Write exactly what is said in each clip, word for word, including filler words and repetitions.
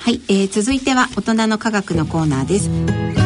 はい、えー、続いては大人の科学のコーナーです。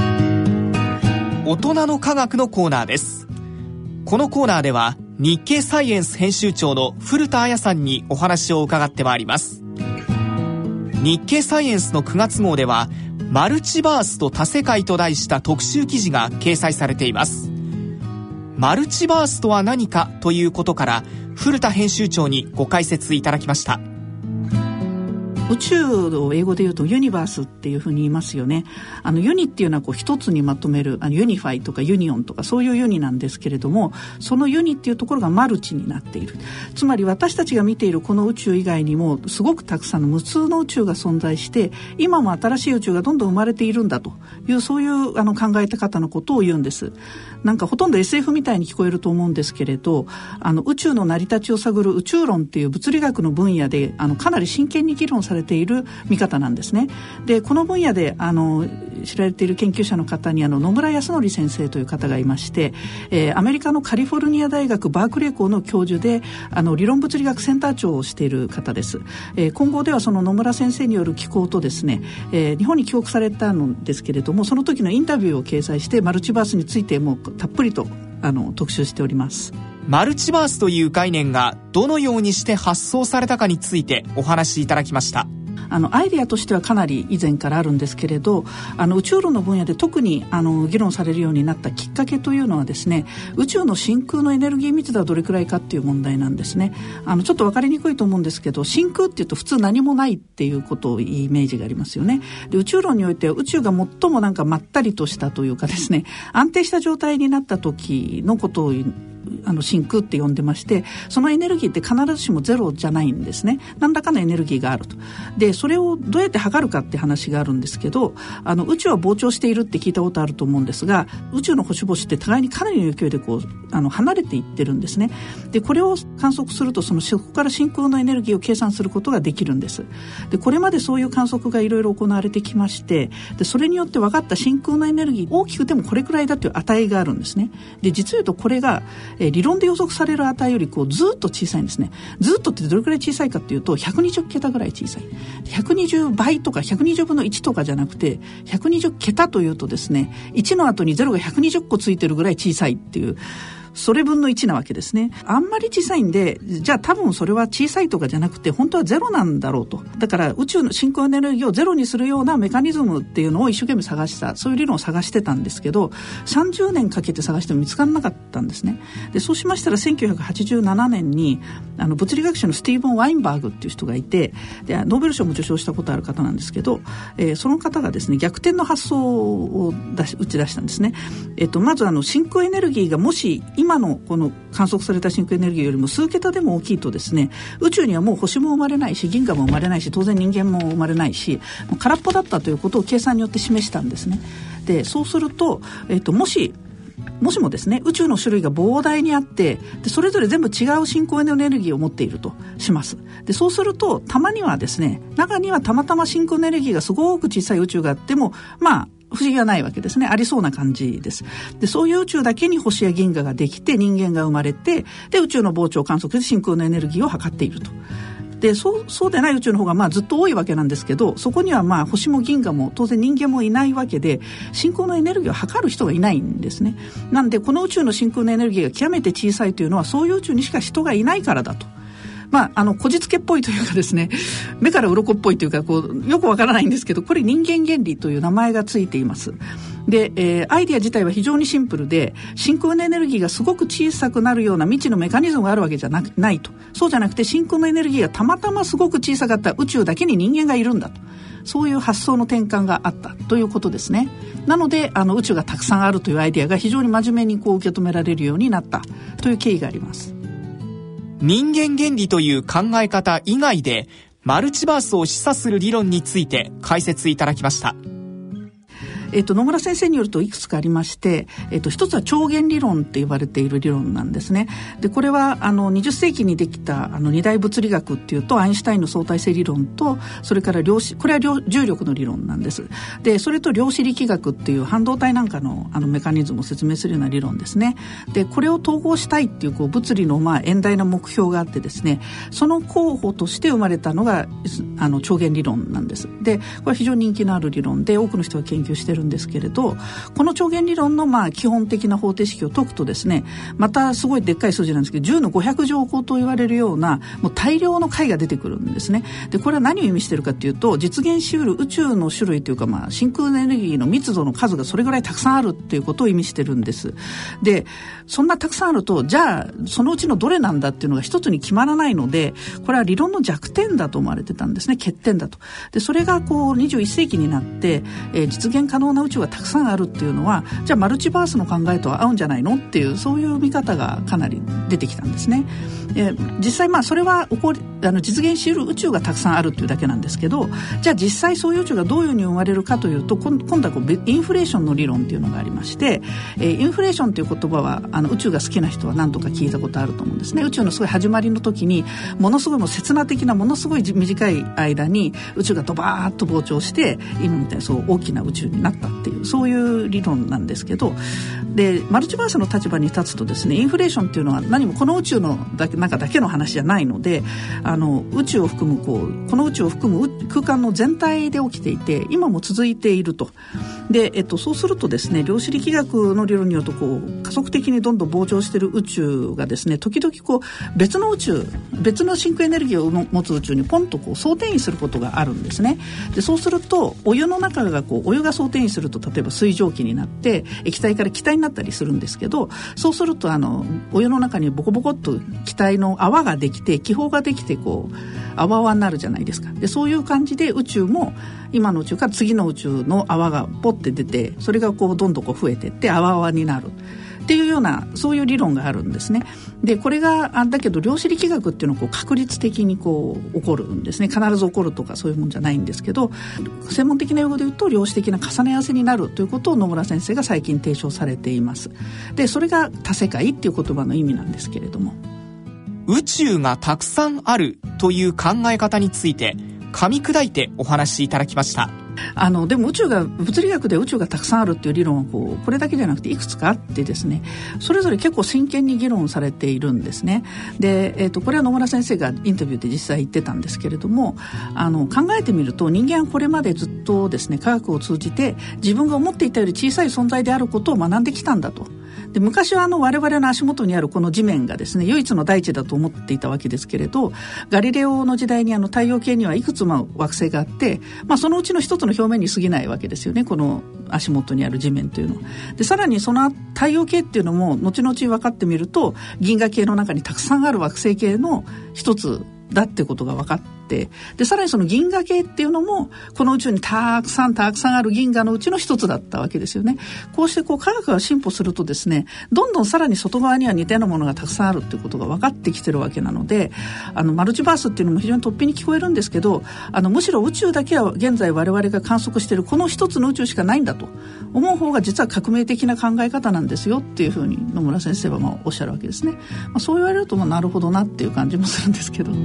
大人の科学のコーナーです。このコーナーでは日経サイエンス編集長の古田彩さんにお話を伺ってまいります。日経サイエンスのくがつ号ではマルチバースと多世界と題した特集記事が掲載されています。マルチバースとは何かということから古田編集長にご解説いただきました。 宇宙を英語で言うとユニバースっていうふうに言いますよね。あのユニっていうのはこう一つにまとめる、あのユニファイとかユニオンとかそういうユニなんですけれども、そのユニっていうところがマルチになっている。つまり私たちが見ているこの宇宙以外にもすごくたくさんの無数の宇宙が存在して、今も新しい宇宙がどんどん生まれているんだという、そういうあの考え方のことを言うんです。なんかほとんど エスエフ みたいに聞こえると思うんですけれど、あの宇宙の成り立ちを探る宇宙論っていう物理学の分野であのかなり真剣に議論されている見方なんですね。でこの分野であの知られている研究者の方にあの野村康則先生という方がいまして、えー、アメリカのカリフォルニア大学バークレー校の教授であの理論物理学センター長をしている方です。えー、今後ではその野村先生による寄稿とですね、えー、日本に帰国されたのですけれども、その時のインタビューを掲載してマルチバースについてもたっぷりとあの特集しております。 マルチバースという概念がどのようにして発想されたかについてお話しいただきました。 あのアイデアとしてはかなり以前からあるんですけれど、あの宇宙論の分野で特にあの議論されるようになったきっかけというのはですね、宇宙の真空のエネルギー密度はどれくらいかっていう問題なんですね。あのちょっと分かりにくいと思うんですけど、真空っていうと普通何もないっていうことをイメージがありますよね。で宇宙論においては宇宙が最もなんかまったりとしたというかですね、安定した状態になった時のことをあの真空って呼んでまして、そのエネルギーって必ずしもゼロじゃないんですね。何らかのエネルギーがあると。でそれをどうやって測るかって話があるんですけど、あの宇宙は膨張しているって聞いたことあると思うんですが、宇宙の星々って互いにかなりの勢いでこうあの離れていってるんですね。でこれを観測すると、そのそこから真空のエネルギーを計算することができるんです。でこれまでそういう観測がいろいろ行われてきまして、でそれによって分かった真空のエネルギー、大きくてもこれくらいだという値があるんですね。で実を言うとこれがえ理論で予測される値よりこうずっと小さいんですね。ずっとってどれくらい小さいかっていうとひゃくにじゅうけたぐらい小さい。ひゃくにじゅうばいとかひゃくにじゅうぶんのいちとかじゃなくて、ひゃくにじゅうけたというとですね、いちの後にゼロがひゃくにじゅっこついてるぐらい小さいっていう、それ分のいちなわけですね。あんまり小さいんで、じゃあ多分それは小さいとかじゃなくて本当はゼロなんだろうと。だから宇宙の真空エネルギーをゼロにするようなメカニズムっていうのを一生懸命探した、そういう理論を探してたんですけど、さんじゅうねんかけて探しても見つからなかったんですね。でそうしましたらせんきゅうひゃくはちじゅうななねんにあの物理学者のスティーブン・ワインバーグっていう人がいて、でノーベル賞も受賞したことある方なんですけど、えー、その方がですね逆転の発想を出し打ち出したんですね。えっと、まずあの真空エネルギーがもし今のこの観測された真空エネルギーよりも数桁でも大きいとですね、宇宙にはもう星も生まれないし銀河も生まれないし当然人間も生まれないし、もう空っぽだったということを計算によって示したんですね。でそうすると、えっと、もしもしもですね宇宙の種類が膨大にあって、でそれぞれ全部違う真空エネルギーを持っているとします。でそうするとたまにはですね、中にはたまたま真空エネルギーがすごく小さい宇宙があってもまあ不思議はないわけですね。ありそうな感じです。でそういう宇宙だけに星や銀河ができて人間が生まれて、で宇宙の膨張を観測して真空のエネルギーを測っていると。で そう、そうでない宇宙の方がまあずっと多いわけなんですけど、そこにはまあ星も銀河も当然人間もいないわけで、真空のエネルギーを測る人がいないんですね。なんでこの宇宙の真空のエネルギーが極めて小さいというのは、そういう宇宙にしか人がいないからだと。まあ、あのこじつけっぽいというかですね、目から鱗っぽいというか、こうよくわからないんですけど、これ人間原理という名前がついています。で、えー、アイデア自体は非常にシンプルで、真空のエネルギーがすごく小さくなるような未知のメカニズムがあるわけじゃなくないと。そうじゃなくて真空のエネルギーがたまたますごく小さかった宇宙だけに人間がいるんだと。そういう発想の転換があったということですね。なのであの宇宙がたくさんあるというアイデアが非常に真面目にこう受け止められるようになったという経緯があります。 人間原理という考え方以外でマルチバースを示唆する理論について解説いただきました。 えっと、野村先生によるといくつかありまして、えっと、一つは超弦理論って呼ばれている理論なんですね。でこれはあのにじゅっ世紀にできたあの二大物理学っていうとアインシュタインの相対性理論と、それから量子、これは量重力の理論なんです。でそれと量子力学っていう半導体なんか の, あのメカニズムを説明するような理論ですね。でこれを統合したいっていう、こう物理のまあ遠大な目標があってですね、その候補として生まれたのがあの超弦理論なんです。でこれは非常に人気のある理論で多くの人が研究してるんですけれど、この超弦理論のまあ基本的な方程式を解くとですね、またすごいでっかい数字なんですけどじゅうのごひゃく乗法と言われるようなもう大量の解が出てくるんですね。でこれは何を意味しているかというと、実現しうる宇宙の種類というか、まあ真空エネルギーの密度の数がそれぐらいたくさんあるっていうことを意味してるんです。でそんなたくさんあると、じゃあそのうちのどれなんだっていうのが一つに決まらないので、これは理論の弱点だと思われてたんですね。欠点だと。でそれがこうにじゅういっ世紀になって、えー、実現可能な宇宙がたくさんあるっていうのは、じゃあマルチバースの考えとは合うんじゃないのっていう、そういう見方がかなり出てきたんですね。えー、実際まあそれは起こりあの実現しうる宇宙がたくさんあるっていうだけなんですけど、じゃあ実際そういう宇宙がどういうふうに生まれるかというと、今度はこうインフレーションの理論っていうのがありまして、えー、インフレーションという言葉はあの宇宙が好きな人は何度か聞いたことあると思うんですね。宇宙のすごい始まりの時にものすごいもう刹那的なものすごい短い間に宇宙がドバーッと膨張して今みたいにそう大きな宇宙になったっていう、そういう理論なんですけど、でマルチバースの立場に立つとですね、インフレーションっていうのは何もこの宇宙の中だけの話じゃないので、あの宇宙を含むこうこの宇宙を含む空間の全体で起きていて、今も続いていると。で、えっと、そうするとですね、量子力学の理論によるとこう加速的にどんどん膨張している宇宙がですね、時々こう別の宇宙、別の真空エネルギーを持つ宇宙にポンとこう相転移することがあるんですね。でそうするとお湯の中がこうお湯が相転移すると、例えば水蒸気になって液体から気体になったりするんですけど、そうするとあのお湯の中にボコボコっと気体の泡ができて気泡ができてこう泡泡になるじゃないですか。でそういう感じで宇宙も今の宇宙から次の宇宙の泡がポッて出て、それがこうどんどんこう増えていって泡泡になるっていうような、そういう理論があるんですね。でこれがだけど量子力学っていうのはこう確率的にこう起こるんですね。必ず起こるとかそういうもんじゃないんですけど、専門的な用語で言うと量子的な重ね合わせになるということを野村先生が最近提唱されています。でそれが多世界っていう言葉の意味なんですけれども、 宇宙がたくさんあるという考え方について噛み砕いてお話しいただきました。 あのでも宇宙が物理学で宇宙がたくさんあるっていう理論はこうこれだけじゃなくていくつかあってですね、それぞれ結構真剣に議論されているんですね。で、えーと、これは野村先生がインタビューで実際言ってたんですけれども、あの考えてみると人間はこれまでずっとですね科学を通じて自分が思っていたより小さい存在であることを学んできたんだと。で昔はあの我々の足元にあるこの地面がですね唯一の大地だと思っていたわけですけれど、ガリレオの時代にあの太陽系にはいくつも惑星があって、まあ、そのうちの一つの表面に過ぎないわけですよね、この足元にある地面というのは。でさらにその太陽系っていうのも後々分かってみると銀河系の中にたくさんある惑星系の一つだってことが分かって、でさらにその銀河系っていうのもこの宇宙にたくさんたくさんある銀河のうちの一つだったわけですよね。こうしてこう科学が進歩するとですね、どんどんさらに外側には似たようなものがたくさんあるっていうことが分かってきてるわけなので、あのマルチバースっていうのも非常に突飛に聞こえるんですけど、あのむしろ宇宙だけは現在我々が観測しているこの一つの宇宙しかないんだと思う方が実は革命的な考え方なんですよっていうふうに野村先生はまあおっしゃるわけですね。まあ、そう言われるとまあなるほどなっていう感じもするんですけど、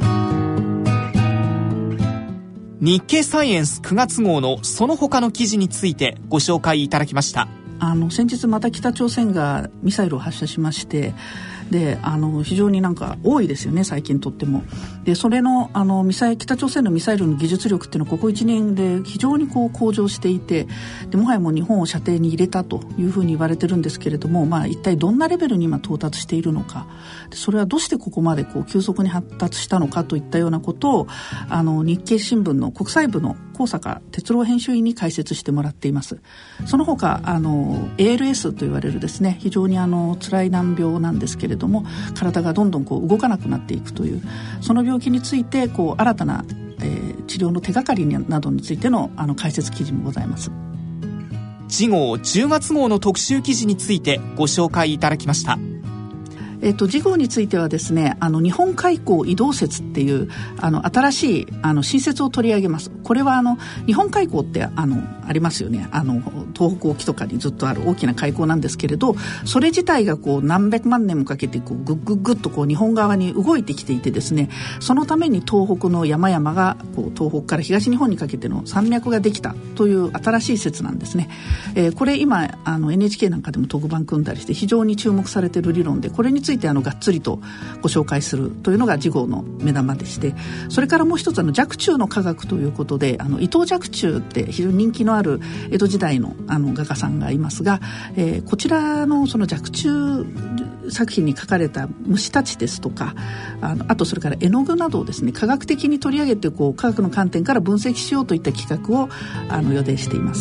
日経サイエンスくがつ号のその他の記事についてご紹介いただきました。 あの先日また北朝鮮がミサイルを発射しまして、であの非常になんか多いですよね最近とっても。でそれのあのミサイル北朝鮮のミサイルの技術力っていうのはここいちねんで非常にこう向上していて、でもはやもう日本を射程に入れたというふうに言われてるんですけれども、まあ、一体どんなレベルに今到達しているのか、でそれはどうしてここまでこう急速に発達したのかといったようなことをあの日経新聞の国際部の高坂哲郎編集員に解説してもらっています。その他あの エーエルエス と言われるですね非常にあの辛い難病なんですけれども、体がどんどんこう動かなくなっていくというその病気についてこう新たな、えー、治療の手がかりなどについてのあの解説記事もございます。 次号じゅうがつ号の特集記事についてご紹介いただきました。 えっと、次号についてはですね、あの日本海溝移動説っていうあの新しいあの新説を取り上げます。これはあの日本海溝ってあのありますよね。あの東北沖とかにずっとある大きな海溝なんですけれど、それ自体がこう何百万年もかけてこうグッグッグッとこう日本側に動いてきていてですね、そのために東北の山々がこう東北から東日本にかけての山脈ができたという新しい説なんですね。えー、これ今あの エヌエイチケー なんかでも特番組んだりして非常に注目されている理論で、これについてあのがっつりとご紹介するというのが次号の目玉でして、それからもう一つあの若冲の科学ということで、あの伊藤若冲って非常に人気のある江戸時代のあの画家さんがいますが、えー、こちらのその若冲作品に書かれた虫たちですとか、あのあとそれから絵の具などをですね科学的に取り上げてこう科学の観点から分析しようといった企画をあの予定しています。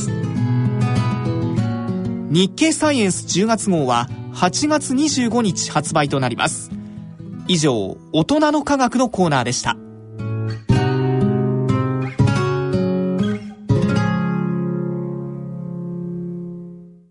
日経サイエンスじゅうがつ号ははちがつにじゅうごにち発売となります。以上、大人の科学のコーナーでした。